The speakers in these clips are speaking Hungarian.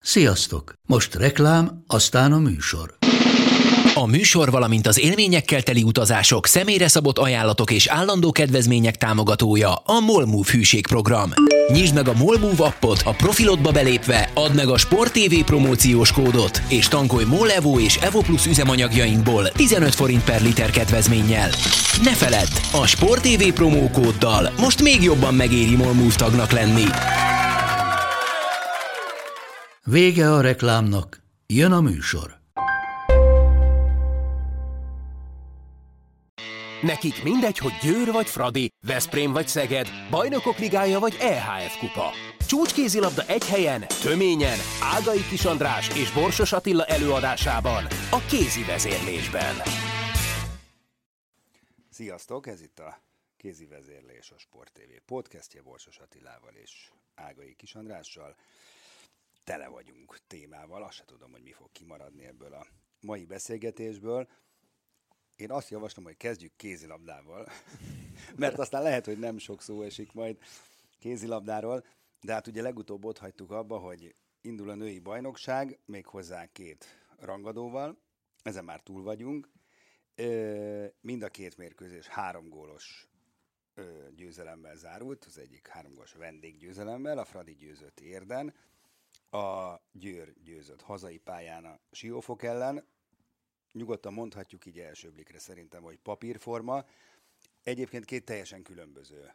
Sziasztok! Most reklám, aztán a műsor. A műsor, valamint az élményekkel teli utazások, személyre szabott ajánlatok és állandó kedvezmények támogatója a MOL Move hűségprogram. Nyisd meg a MOL Move appot, a profilodba belépve add meg a Sport TV promóciós kódot, és tankolj MOL Evo és Evo Plus üzemanyagjainkból 15 forint per liter kedvezménnyel. Ne feledd, a Sport TV promókóddal most még jobban megéri MOL Move tagnak lenni. Vége a reklámnak, jön a műsor. Nekik mindegy, hogy Győr vagy Fradi, Veszprém vagy Szeged, Bajnokok Ligája vagy EHF Kupa. Csúcskézilabda egy helyen, töményen, Ágai Kis András és Borsos Attila előadásában, a Kézi Vezérlésben. Sziasztok, ez itt a Kézi Vezérlés, a Sport TV podcastje Borsos Attilával és Ágai Kis Andrással. Tele vagyunk témával, azt se tudom, hogy mi fog kimaradni ebből a mai beszélgetésből. Én azt javaslom, hogy kezdjük kézilabdával, mert aztán lehet, hogy nem sok szó esik majd kézilabdáról, de hát ugye legutóbb ott hagytuk abba, hogy indul a női bajnokság, méghozzá 2 rangadóval, ezen már túl vagyunk. Mind a 2 mérkőzés 3 gólos győzelemmel zárult, az egyik 3 gólos vendéggyőzelemmel, a Fradi győzött Érden, a Győr győzött hazai pályán a Siófok ellen. Nyugodtan mondhatjuk így első blikre szerintem, hogy papírforma. Egyébként 2 teljesen különböző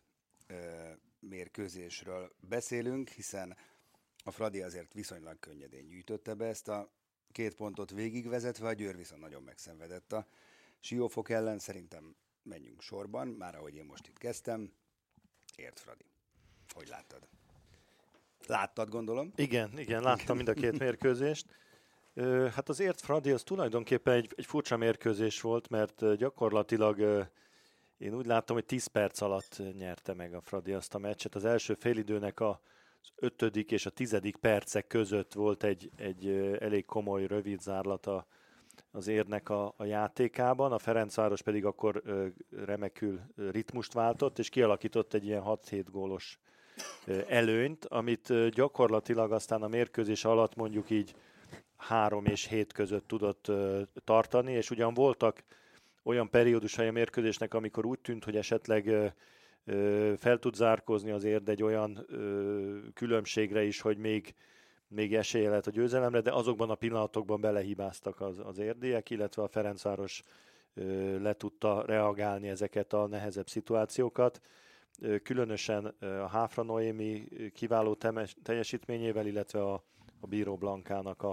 mérkőzésről beszélünk, hiszen a Fradi azért viszonylag könnyedén gyűjtötte be ezt a 2 pontot végigvezetve, a Győr viszont nagyon megszenvedett a Siófok ellen. Szerintem menjünk sorban, már ahogy én most itt kezdtem. Ért, Fradi. Hogy láttad? Láttad, gondolom? Igen, láttam mind a 2 mérkőzést. Hát az Ért Fradi az tulajdonképpen egy furcsa mérkőzés volt, mert gyakorlatilag én úgy láttam, hogy 10 perc alatt nyerte meg a Fradi azt a meccset. Az első félidőnek az 5. és a 10. percek között volt egy elég komoly, rövid zárlata az Érnek a játékában. A Ferencváros pedig akkor remekül ritmust váltott, és kialakított egy ilyen 6-7 gólos előnyt, amit gyakorlatilag aztán a mérkőzés alatt mondjuk így 3 és 7 között tudott tartani, és ugyan voltak olyan periódusai a mérkőzésnek, amikor úgy tűnt, hogy esetleg fel tud zárkózni az Érd egy olyan különbségre is, hogy még esélye lehet a győzelemre, de azokban a pillanatokban belehibáztak az érdiek, illetve a Ferencváros le tudta reagálni ezeket a nehezebb szituációkat. Különösen a Háfra Noémi kiváló teljesítményével, illetve a Bíró Blankának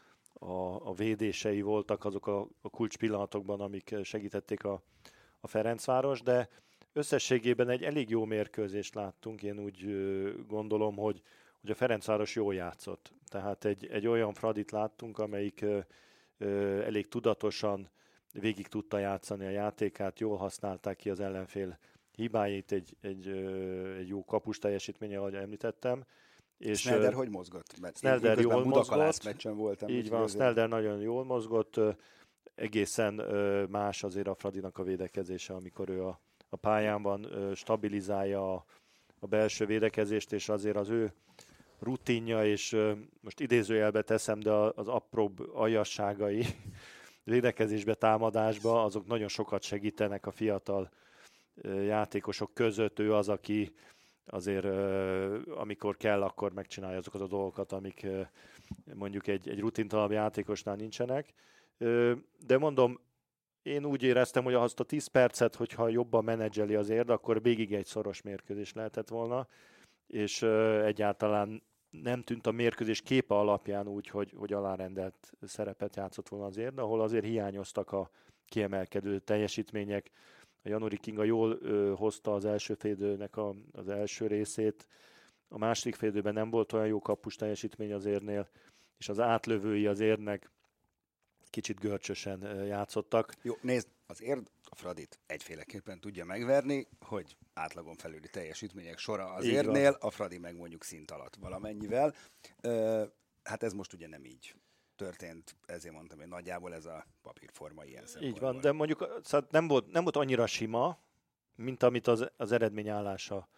a védései voltak azok a kulcs pillanatokban, amik segítették a Ferencváros, de összességében egy elég jó mérkőzést láttunk. Én úgy gondolom, hogy a Ferencváros jól játszott. Tehát egy olyan Fradit láttunk, amelyik elég tudatosan végig tudta játszani a játékát, jól használták ki az ellenfél hibáit, egy jó kapus teljesítménye, ahogy említettem. És Snelder hogy mozgott? Mert Snelder jól mozgott. meccsen voltam. Így van, Snelder nagyon jól mozgott. Egészen más azért a Fradinak a védekezése, amikor ő a pályán van, stabilizálja a belső védekezést, és azért az ő rutinja, és most idézőjelbe teszem, de az apróbb aljasságai védekezésbe, támadásba, azok nagyon sokat segítenek a fiatal játékosok között. Ő az, aki azért amikor kell, akkor megcsinálja azokat a dolgokat, amik mondjuk egy rutintalabb játékosnál nincsenek. De mondom, én úgy éreztem, hogy azt a 10 percet, hogyha jobban menedzseli az Érd, akkor végig egy szoros mérkőzés lehetett volna, és egyáltalán nem tűnt a mérkőzés képe alapján úgy, hogy alárendelt szerepet játszott volna az Érd, ahol azért hiányoztak a kiemelkedő teljesítmények. A Januri Kinga jól hozta az első félidőnek az első részét, a második félidőben nem volt olyan jó kapus teljesítmény az Érnél, és az átlövői az Érdnek kicsit görcsösen játszottak. Jó, nézd, az Érd a Fradit egyféleképpen tudja megverni, hogy átlagon felüli teljesítmények sora az Érdnél, a Fradi meg mondjuk szint alatt valamennyivel. Hát ez most ugye nem így történt, ezért mondtam, hogy nagyjából ez a papírforma ilyen szempontból. Így van, de mondjuk szóval nem volt annyira sima, mint amit az eredmény állása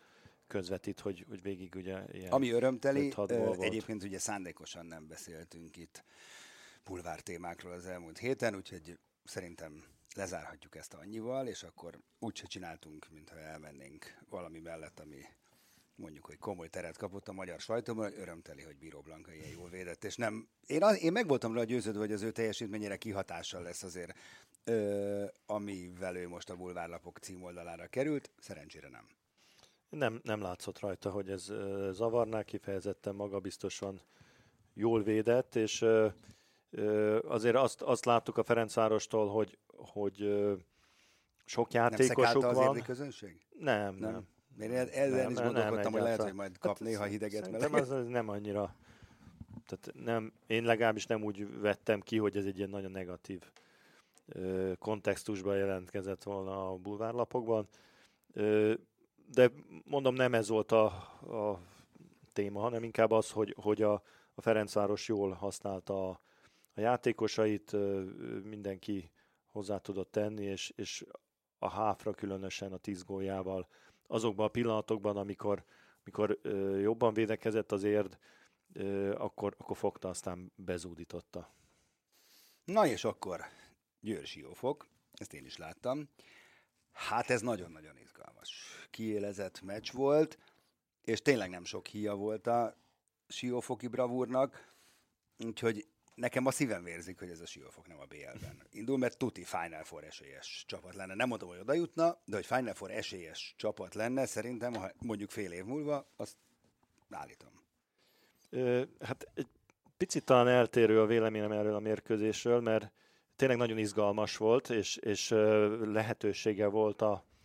közvetít, hogy végig ugye ilyen Ami örömteli, 5-6 gól volt. egyébként ugye szándékosan nem beszéltünk itt bulvár témákról az elmúlt héten, úgyhogy szerintem lezárhatjuk ezt annyival, és akkor úgyse csináltunk, mintha elmennénk valami mellett, ami mondjuk, hogy komoly teret kapott a magyar sajtóban, örömteli, hogy Bíró Blanka ilyen jól védett, és nem... Én meg voltam rá győződve, hogy az ő teljesítményére kihatással lesz azért, amivel ő most a bulvárlapok címoldalára került, szerencsére nem. Nem látszott rajta, hogy ez zavarná, kifejezetten magabiztosan jól védett, és azért azt láttuk a Ferencvárostól, hogy sok játékosuk nem van. Az érdi közönség? Nem. Én ellen is gondolkodtam, hogy lehet, hogy majd kap néha hideget vele. Az nem annyira. Tehát nem, én legalábbis nem úgy vettem ki, hogy ez egy ilyen nagyon negatív kontextusban jelentkezett volna a bulvárlapokban. De mondom, nem ez volt a téma, hanem inkább az, hogy a Ferencváros jól használta a játékosait, mindenki hozzá tudott tenni, és a háfra különösen a 10 góljával azokban a pillanatokban, amikor jobban védekezett az érd, akkor fogta, aztán bezúdította. Na és akkor Győr-Siófok, ezt én is láttam. Hát ez nagyon-nagyon izgalmas. Kiélezett meccs volt, és tényleg nem sok híja volt a siófoki bravúrnak, úgyhogy nekem a szívem vérzik, hogy ez a Siófok nem a BL-ben indul, mert tuti Final Four esélyes csapat lenne. Nem mondom, hogy oda jutna, de hogy Final Four esélyes csapat lenne, szerintem, ha mondjuk fél év múlva, azt állítom. Hát egy picit talán eltérő a véleményem erről a mérkőzésről, mert tényleg nagyon izgalmas volt, és lehetősége volt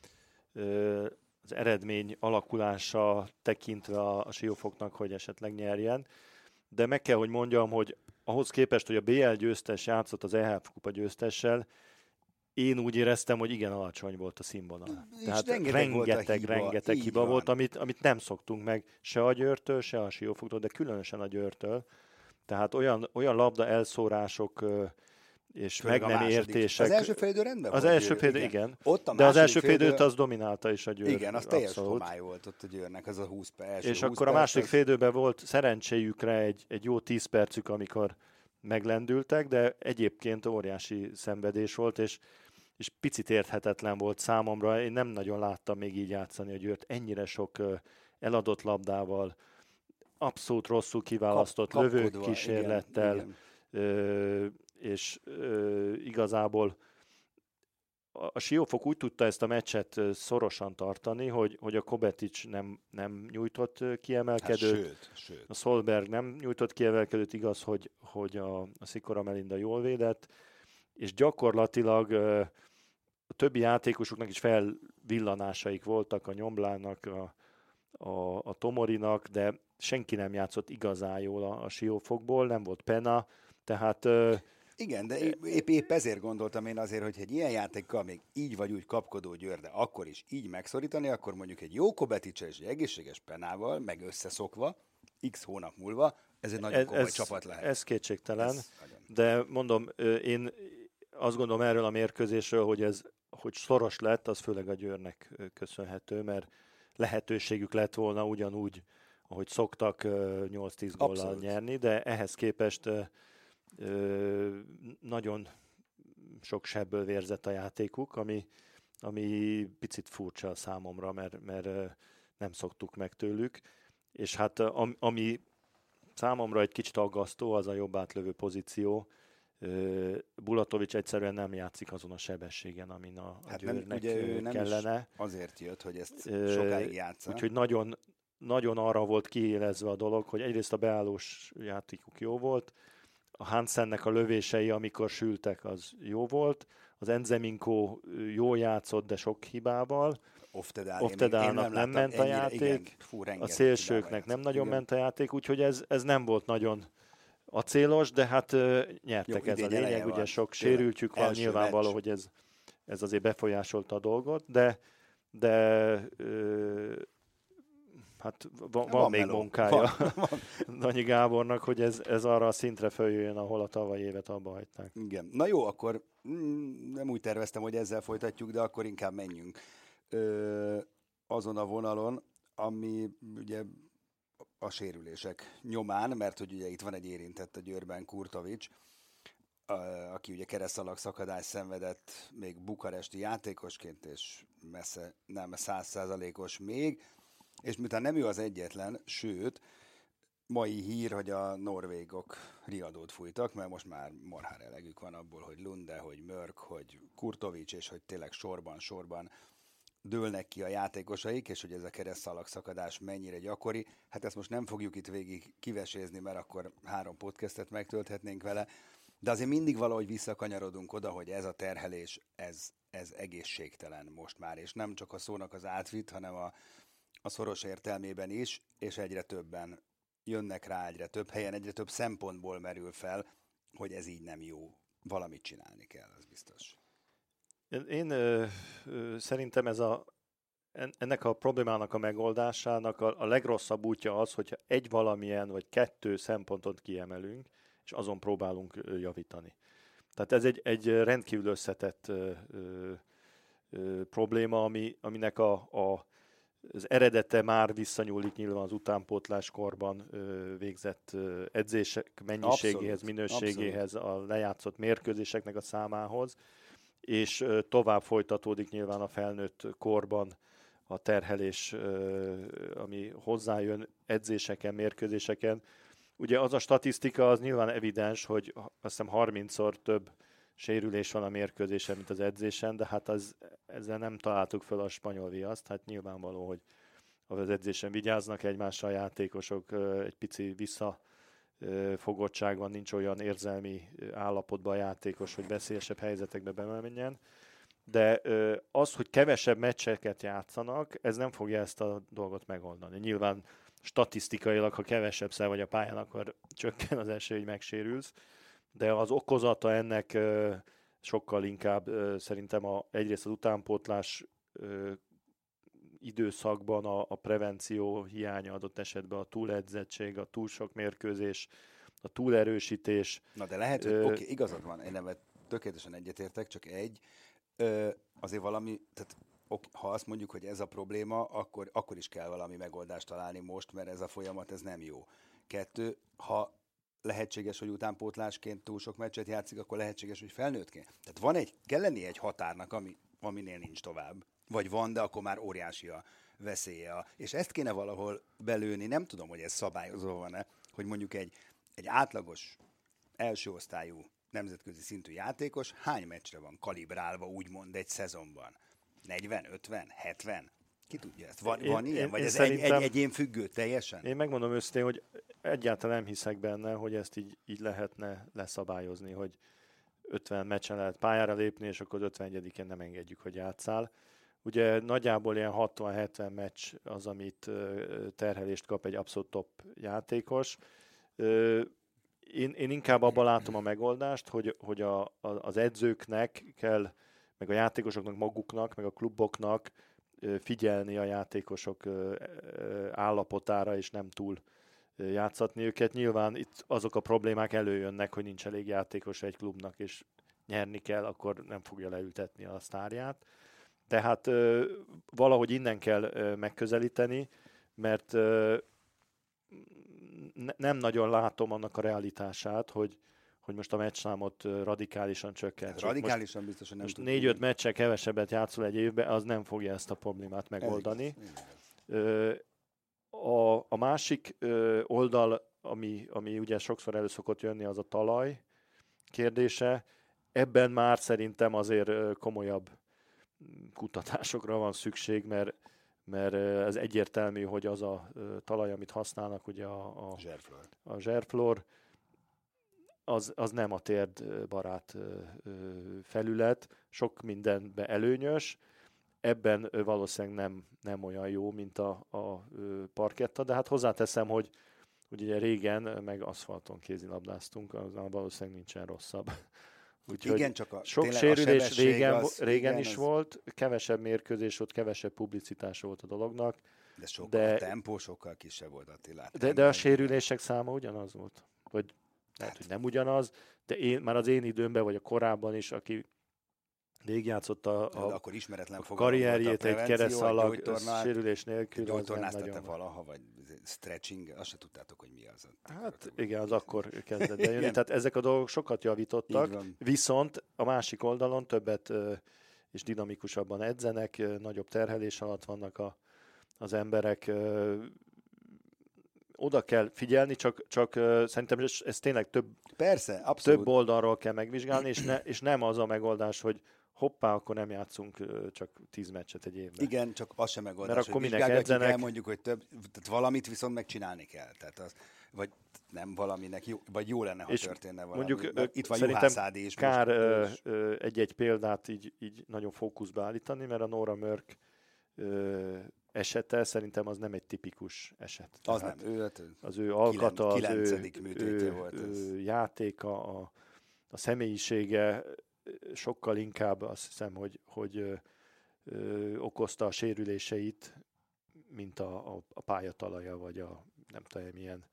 az eredmény alakulása tekintve a Siófoknak, hogy esetleg nyerjen. De meg kell, hogy mondjam, hogy ahhoz képest, hogy a BL győztes játszott az EHF kupa győztessel, én úgy éreztem, hogy igen alacsony volt a színvonal. Tehát rengeteg hiba volt, amit nem szoktunk meg se a Győrtől, se a Siófoktól, de különösen a Győrtől. Tehát olyan labda elszórások és főleg meg nem értések. Az első félidő rendben volt? Az első félidő, igen. De az első félidőt az dominálta is a Győr. Igen, az teljes homály volt ott a Győrnek, az a 20 perc. És akkor a második félidőben volt szerencséjükre egy jó 10 percük, amikor meglendültek, de egyébként óriási szenvedés volt, és picit érthetetlen volt számomra. Én nem nagyon láttam még így játszani a Győrt ennyire sok eladott labdával, abszolút rosszul kiválasztott lövőkísérlettel, igen. És igazából a Siófok úgy tudta ezt a meccset szorosan tartani, hogy a Kobetic nem nyújtott kiemelkedőt, hát sőt. A Solberg nem nyújtott kiemelkedőt, igaz, hogy a Szikora Melinda jól védett, és gyakorlatilag a többi játékosuknak is felvillanásaik voltak, a Nyomblának, a Tomorinak, de senki nem játszott igazán jól a Siófokból, nem volt Pena, tehát... Igen, de épp ezért gondoltam én azért, hogy egy ilyen játékkal még így vagy úgy kapkodó Győr, de akkor is így megszorítani, akkor mondjuk egy jó Kobeticse és egy egészséges Penával, meg összeszokva, x hónap múlva, ez egy nagyon komoly csapat lehet. Ez kétségtelen, de mondom, én azt gondolom erről a mérkőzésről, hogy szoros lett, az főleg a Győrnek köszönhető, mert lehetőségük lett volna ugyanúgy, ahogy szoktak 8-10 góllal nyerni, de ehhez képest nagyon sok sebből vérzett a játékuk, ami picit furcsa számomra, mert nem szoktuk meg tőlük. És hát ami számomra egy kicsit aggasztó, az a jobb átlövő pozíció. Bulatovics egyszerűen nem játszik azon a sebességen, amin a Győrnek kellene. Is azért jött, hogy ezt sokáig játsza. Úgyhogy nagyon, nagyon arra volt kiélezve a dolog, hogy egyrészt a beállós játékuk jó volt, a Hansennek a lövései, amikor sültek, az jó volt. Az Enzeminko jól játszott, de sok hibával. Oftedálnak nem ment a játék. A szélsőknek nem nagyon ment a játék, úgyhogy ez nem volt nagyon acélos, de hát nyertek, ez a lényeg. Ugye sok sérültjük van, nyilvánvaló, hogy ez azért befolyásolta a dolgot, de hát van még munkája Danyi Gábornak, hogy ez arra a szintre följöjjön, ahol a tavalyi évet abba hagyták. Igen. Na jó, akkor nem úgy terveztem, hogy ezzel folytatjuk, de akkor inkább menjünk azon a vonalon, ami ugye a sérülések nyomán, mert hogy ugye itt van egy érintett a Győrben, Kurtovics, aki ugye keresztalak szakadást szenvedett még bukaresti játékosként, és messze nem 100%-os még, és miután nem ő az egyetlen, sőt, mai hír, hogy a norvégok riadót fújtak, mert most már marhára elegük van abból, hogy Lunde, hogy Mörk, hogy Kurtovics, és hogy tényleg sorban dőlnek ki a játékosaik, és hogy ez a keresztalak szakadás mennyire gyakori. Hát ezt most nem fogjuk itt végig kivesézni, mert akkor 3 podcastet megtölthetnénk vele, de azért mindig valahogy visszakanyarodunk oda, hogy ez a terhelés, ez egészségtelen most már, és nem csak a szónak az átvitt, hanem a szoros értelmében is, és egyre többen jönnek rá, egyre több helyen, egyre több szempontból merül fel, hogy ez így nem jó. Valamit csinálni kell, az biztos. Én szerintem ennek a problémának a megoldásának a legrosszabb útja az, hogyha egy valamilyen vagy 2 szempontot kiemelünk, és azon próbálunk javítani. Tehát ez egy rendkívül összetett probléma, aminek az eredete már visszanyúlik nyilván az utánpótláskorban végzett edzések mennyiségéhez, minőségéhez, a lejátszott mérkőzéseknek a számához, és tovább folytatódik nyilván a felnőtt korban a terhelés, ami hozzájön edzéseken, mérkőzéseken. Ugye az a statisztika, az nyilván evidens, hogy azt hiszem 30-szor több sérülés van a mérkőzésen, mint az edzésen, de hát ezzel nem találtuk föl a spanyol viaszt. Hát nyilvánvaló, hogy az edzésen vigyáznak egymásra a játékosok, egy pici visszafogottság van, nincs olyan érzelmi állapotban a játékos, hogy veszélyesebb helyzetekbe bemenjen. De az, hogy kevesebb meccseket játszanak, ez nem fogja ezt a dolgot megoldani. Nyilván statisztikailag, ha kevesebbszer vagy a pályán, akkor csökken az esély, hogy megsérülsz, de az okozata ennek sokkal inkább szerintem egyrészt az utánpótlás időszakban a prevenció hiánya adott esetben, a túledzettség, a túl sok mérkőzés, a túlerősítés. Na de lehet, hogy oké, igazad van, én nem tökéletesen egyetértek, csak azért valami, tehát ha azt mondjuk, hogy ez a probléma, akkor is kell valami megoldást találni most, mert ez a folyamat, ez nem jó. 2, ha lehetséges, hogy utánpótlásként túl sok meccset játszik, akkor lehetséges, hogy felnőttként. Tehát kell lennie egy határnak, aminél nincs tovább. Vagy van, de akkor már óriási a veszélye. És ezt kéne valahol belőni, nem tudom, hogy ez szabályozó van-e, hogy mondjuk egy átlagos első osztályú nemzetközi szintű játékos hány meccsre van kalibrálva, úgymond egy szezonban? 40, 50, 70? Ki tudja ezt? Van ilyen? Vagy ez egy egyén függő teljesen? Én megmondom őszintén, hogy egyáltalán nem hiszek benne, hogy ezt így lehetne leszabályozni, hogy 50 meccsen lehet pályára lépni, és akkor az 51-én nem engedjük, hogy játsszál. Ugye nagyjából ilyen 60-70 meccs az, amit terhelést kap egy abszolút top játékos. Én inkább abban látom a megoldást, hogy az edzőknek kell, meg a játékosoknak maguknak, meg a kluboknak figyelni a játékosok állapotára, és nem túl játszatni őket. Nyilván itt azok a problémák előjönnek, hogy nincs elég játékos egy klubnak, és nyerni kell, akkor nem fogja leültetni a sztárját. Tehát valahogy innen kell megközelíteni, mert nem nagyon látom annak a realitását, hogy most a meccsszámot radikálisan csökkent. Radikálisan biztosan nem. Most 4-5 meccsel kevesebbet játszol egy évben, az nem fogja ezt a problémát megoldani. A másik oldal, ami ugye sokszor elő szokott jönni, az a talaj kérdése. Ebben már szerintem azért komolyabb kutatásokra van szükség, mert ez egyértelmű, hogy az a talaj, amit használnak, ugye a zserflor, az nem a térdbarát felület, sok mindenben előnyös, ebben valószínűleg nem olyan jó, mint a parketta, de hát hozzáteszem, hogy ugye régen meg aszfalton kézilabdáztunk, az valószínűleg nincsen rosszabb. Úgyhogy igen, csak sok sérülés régen is volt, kevesebb mérkőzés volt, kevesebb publicitás volt a dolognak. De sokkal a tempó sokkal kisebb volt, Attila. De a sérülések száma ugyanaz volt. Vagy lehet, hogy nem ugyanaz, de már az én időmben, vagy a korábban is, aki végigjátszott akkor ismeretlen a karrierjét egy keresztalag sérülés nélkül. Gyógytornáztatok valaha, vagy stretching, azt se tudtátok, hogy mi az. Hát igen, az akkor kezdett bejönni. Tehát ezek a dolgok sokat javítottak, viszont a másik oldalon többet és dinamikusabban edzenek, nagyobb terhelés alatt vannak az emberek. Oda kell figyelni, csak szerintem ez tényleg több oldalról kell megvizsgálni, és nem az a megoldás, hogy hoppá, akkor nem játszunk csak 10 meccset egy évben. Igen, csak az sem megoldás, mert akkor hogy minek edzenek. Elmondjuk, hogy tehát valamit viszont megcsinálni kell. Tehát vagy nem valaminek, vagy jó lenne, ha történne valami. Mondjuk itt van szerintem is kár egy-egy példát így nagyon fókuszba állítani, mert a Nora Mörk esete szerintem az nem egy tipikus eset. Az nem, az ő alkata, az ő játéka, a személyisége sokkal inkább azt hiszem, hogy okozta a sérüléseit, mint a pályatalaja, vagy a nem tudom milyen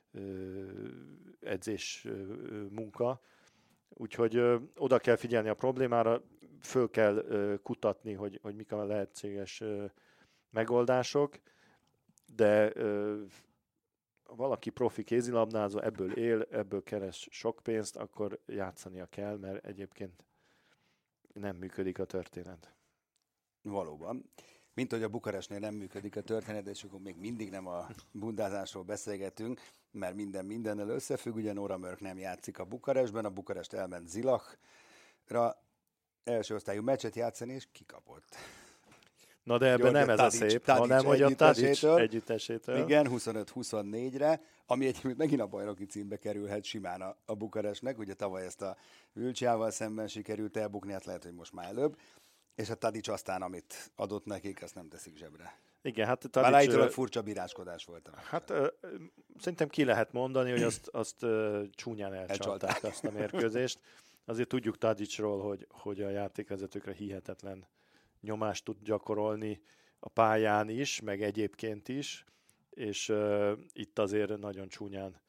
edzés munka. Úgyhogy oda kell figyelni a problémára, föl kell kutatni, hogy mik a lehetséges megoldások, de valaki profi kézilabdázó, ebből él, ebből keres sok pénzt, akkor játszania kell, mert egyébként nem működik a történet. Valóban. Mint hogy a Bukarestnél nem működik a történet, és akkor még mindig nem a bundázásról beszélgetünk, mert minden mindennel összefügg, ugye Nora Mörk nem játszik a Bukarestben, a Bukarest elment Zilachra első osztályú meccset játszani, és kikapott. Na de ebben nem ez a szép, hanem hogy a Tadic együttesétől. Igen, 25-24-re, ami egyébként megint a bajnoki címbe kerülhet simán a Bukarestnek, ugye tavaly ezt a Vülcsiával szemben sikerült elbukni, hát lehet, hogy most már előbb, és a Tadic aztán, amit adott nekik, azt nem teszik zsebre. Igen, hát a Tadic... Már furcsa bíráskodás volt. Hát szerintem ki lehet mondani, hogy azt csúnyán elcsalták azt a mérkőzést. Azért tudjuk Tadicról, hogy a játékvezetőkre hihetetlen nyomást tud gyakorolni a pályán is, meg egyébként is, és itt azért nagyon csúnyán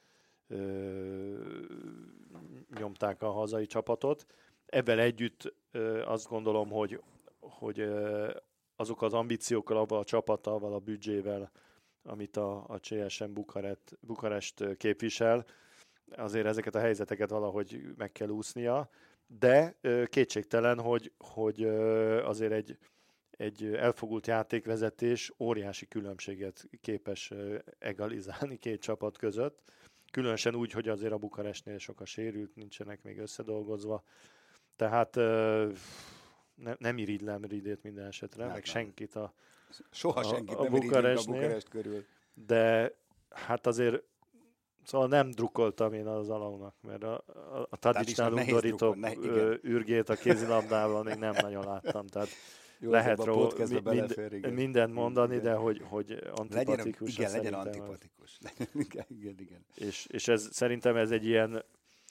nyomták a hazai csapatot. Ebben együtt azt gondolom, hogy azok az ambíciókkal, avval a csapattal, avval a büdzsével, amit a CSM Bukarest képvisel, azért ezeket a helyzeteket valahogy meg kell úsznia, de kétségtelen, hogy azért egy elfogult játékvezetés óriási különbséget képes egalizálni két csapat között. Különösen úgy, hogy azért a Bukarestnél sok a sérült, nincsenek még összedolgozva. Tehát nem irigylem Ridét minden esetre, meg senkit Soha senkit a nem Bukarestnél, a Bukarest körül. De hát azért szóval nem drukkoltam én az Alaunak, mert a Tadicnál undorító ürgét a kézilabdával még nem nagyon láttam. Tehát jó, lehet róla mindent mondani, de hogy antipatikus. Igen, legyen antipatikus. Igen. És szerintem ez egy ilyen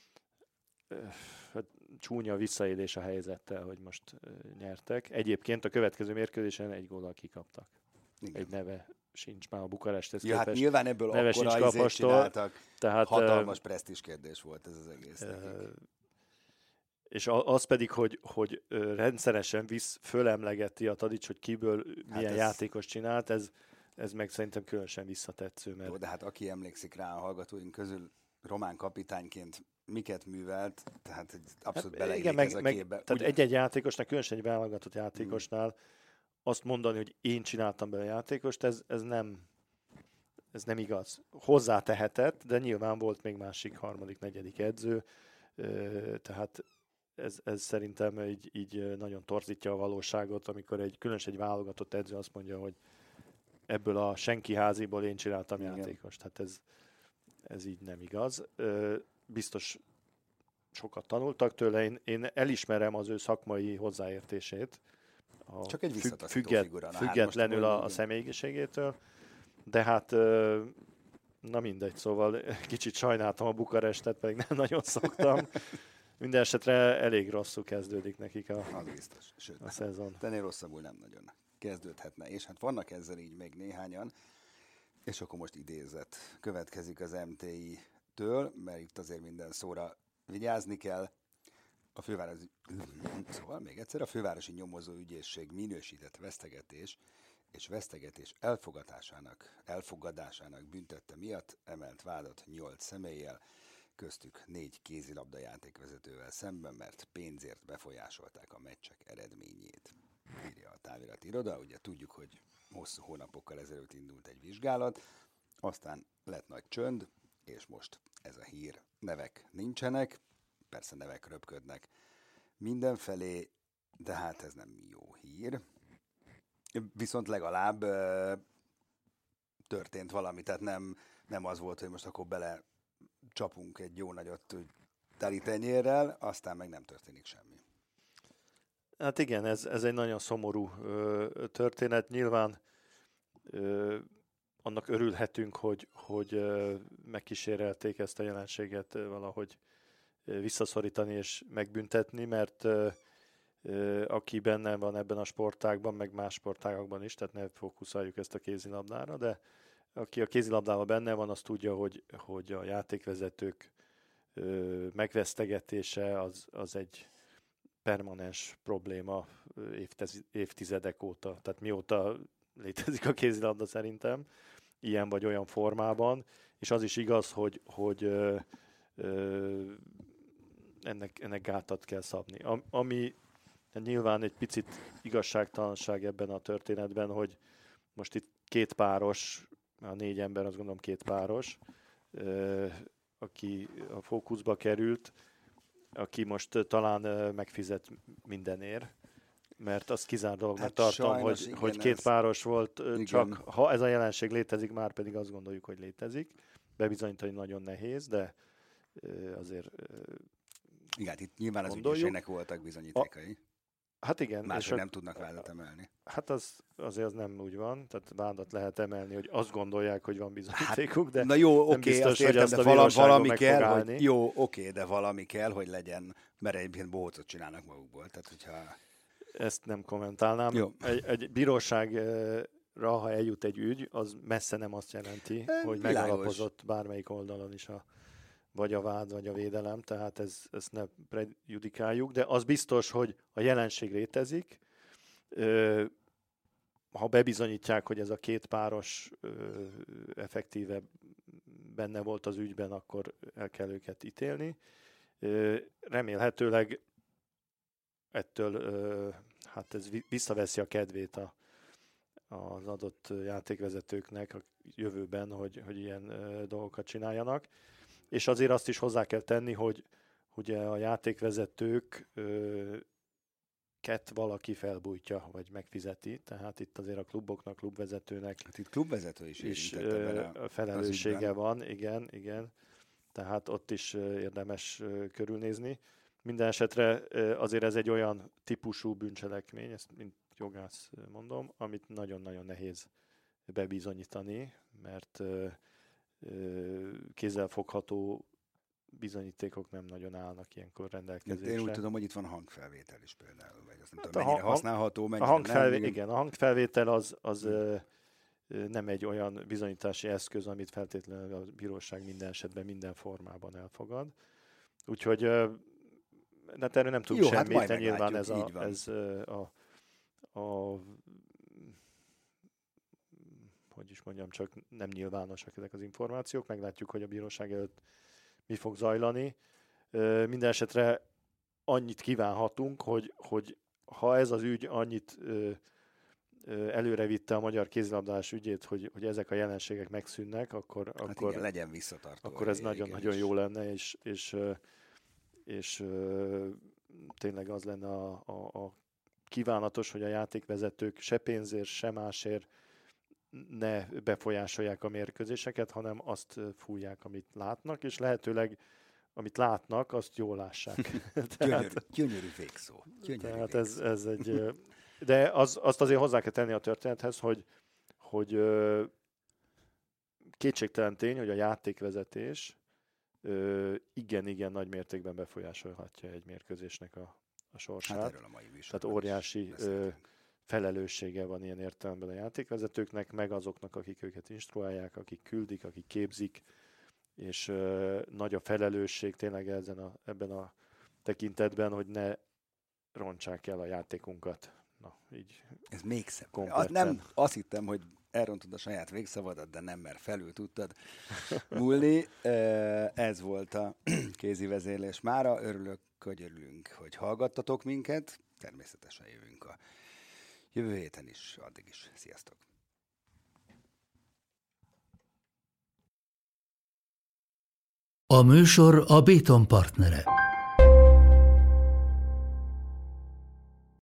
csúnya visszaélés a helyzettel, hogy most nyertek. Egyébként a következő mérkőzésen 1 góllal kikaptak. Igen. Egy neve sincs már a Bukaresthez képest. Hát nyilván ebből akkora izét csináltak. Tehát, hatalmas presztízs kérdés volt ez az egész. És az pedig, hogy rendszeresen fölemlegeti a Tadic, hogy kiből milyen játékos csinált, ez meg szerintem különösen visszatetsző. Mert... Jó, de hát aki emlékszik rá a hallgatóink közül, román kapitányként miket művelt, tehát abszolút beleillik ez a képbe. Tehát egy-egy játékosnak, különösen egy válogatott játékosnál azt mondani, hogy én csináltam bele a játékost, ez nem igaz. Hozzátehetett, de nyilván volt még másik, harmadik, negyedik edző, tehát ez szerintem így nagyon torzítja a valóságot, amikor különösen egy válogatott edző azt mondja, hogy ebből a senki háziból én csináltam játékost. Hát ez így nem igaz. Biztos sokat tanultak tőle, én elismerem az ő szakmai hozzáértését, csak egy visszataszító figura. Függetlenül a személyiségétől, de hát na mindegy, szóval kicsit sajnáltam a Bukarestet, pedig nem nagyon szoktam. Minden esetre elég rosszul kezdődik nekik a szezon. Tennél rosszabbul nem nagyon kezdődhetne, és hát vannak ezzel így még néhányan, és akkor most idézet következik az MTI-től, mert itt azért minden szóra vigyázni kell. Szóval még egyszer, a fővárosi nyomozóügyészség minősített vesztegetés és vesztegetés elfogadásának büntette miatt emelt vádat 8 személlyel, köztük 4 kézilabda játékvezetővel szemben, mert pénzért befolyásolták a meccsek eredményét. Írja a távirati iroda, ugye tudjuk, hogy hosszú hónapokkal ezelőtt indult egy vizsgálat, aztán lett nagy csönd, és most ez a hír. Nevek nincsenek, persze nevek röpködnek mindenfelé, de hát ez nem jó hír. Viszont legalább történt valami, tehát nem az volt, hogy most akkor bele csapunk egy jó nagyot teli tenyérrel, aztán meg nem történik semmi. Hát igen, ez egy nagyon szomorú történet. Nyilván annak örülhetünk, hogy megkísérelték ezt a jelenséget valahogy visszaszorítani és megbüntetni, mert aki benne van ebben a sportágban, meg más sportágakban is, tehát ne fókuszáljuk ezt a kézilabdára, de aki a kézilabdában benne van, az tudja, hogy a játékvezetők megvesztegetése az egy permanens probléma évtizedek óta, tehát mióta létezik a kézilabda szerintem, ilyen vagy olyan formában, és az is igaz, hogy ennek gátat kell szabni. Ami nyilván egy picit igazságtalanság ebben a történetben, hogy most itt 2 páros, a 4 ember, azt gondolom 2 páros, aki a fókuszba került, aki most talán megfizet mindenért, mert azt kizárt dolognak tartom, sajnos, hogy igen, 2 páros volt, igen. csak ha ez a jelenség létezik, már pedig azt gondoljuk, hogy létezik. Bebizonyítani nagyon nehéz, de azért igen, itt nyilván az gondoljuk. ügyészségnek voltak bizonyítékai. Hát igen. Máshogy nem tudnak vádat emelni. Hát azért az nem úgy van, tehát vádat lehet emelni, hogy azt gondolják, hogy van bizonyítékuk, de na jó, nem oké, biztos, azt értem, hogy azt de a bíróságon valami meg kell, fog hogy, állni. jó, oké, de valami kell, hogy legyen, mert egyébként bohócot csinálnak magukból. Tehát, hogyha... Ezt nem kommentálnám. Jó. Egy bíróságra, ha eljut egy ügy, az messze nem azt jelenti, hogy világos. megalapozott bármelyik oldalon is vagy a vád, vagy a védelem, tehát ezt ne prejudikáljuk, de az biztos, hogy a jelenség létezik. Ha bebizonyítják, hogy ez a 2 páros effektíve benne volt az ügyben, akkor el kell őket ítélni. Remélhetőleg ettől hát ez visszaveszi a kedvét az adott játékvezetőknek a jövőben, hogy ilyen dolgokat csináljanak. És azért azt is hozzá kell tenni, hogy ugye a játékvezetők valaki felbújtja, vagy megfizeti, tehát itt azért a kluboknak, klubvezetőnek Hát itt klubvezető is felelőssége van, igen. Tehát ott is érdemes körülnézni. Minden esetre azért ez egy olyan típusú bűncselekmény, ezt mint jogász mondom, amit nagyon-nagyon nehéz bebizonyítani, mert kézzelfogható bizonyítékok nem nagyon állnak ilyenkor rendelkezésre. Én úgy tudom, hogy itt van hangfelvétel is például, vagy azt nem Hát tudom, mennyire használható, mennyire igen, a hangfelvétel az nem egy olyan bizonyítási eszköz, amit feltétlenül a bíróság minden esetben, minden formában elfogad. Úgyhogy hát erről nem tudunk semmit, hát de nyilván ez hogy is mondjam, csak nem nyilvánosak ezek az információk. Meglátjuk, hogy a bíróság előtt mi fog zajlani. Minden esetre annyit kívánhatunk, hogy ha ez az ügy annyit előrevitte a magyar kézilabdás ügyét, hogy ezek a jelenségek megszűnnek, akkor igen, legyen visszatartó. Akkor ez nagyon-nagyon jó lenne, és tényleg az lenne a kívánatos, hogy a játékvezetők se pénzért, se másért ne befolyásolják a mérkőzéseket, hanem azt fújják, amit látnak, és lehetőleg amit látnak, azt jól lássák. Gyönyörű végszó. Tehát ez egy... De azt azért hozzá kell tenni a történethez, hogy kétségtelen tény, hogy a játékvezetés igen nagy mértékben befolyásolhatja egy mérkőzésnek a sorsát. Hát erről a mai műsorban. Tehát óriási felelőssége van ilyen értelemben a játékvezetőknek, meg azoknak, akik őket instruálják, akik küldik, akik képzik, és nagy a felelősség tényleg ebben a tekintetben, hogy ne rontsák el a játékunkat. Na, így. Ez még szebb. Kompletten. Azt hittem, hogy elrontod a saját végszavadat, de nem, mert felül tudtad múlni. Ez volt a kézi vezérlés mára. Örülünk, hogy hallgattatok minket. Természetesen jövünk a jövő héten is. Addig is. Sziasztok! A műsor a Béton partnere.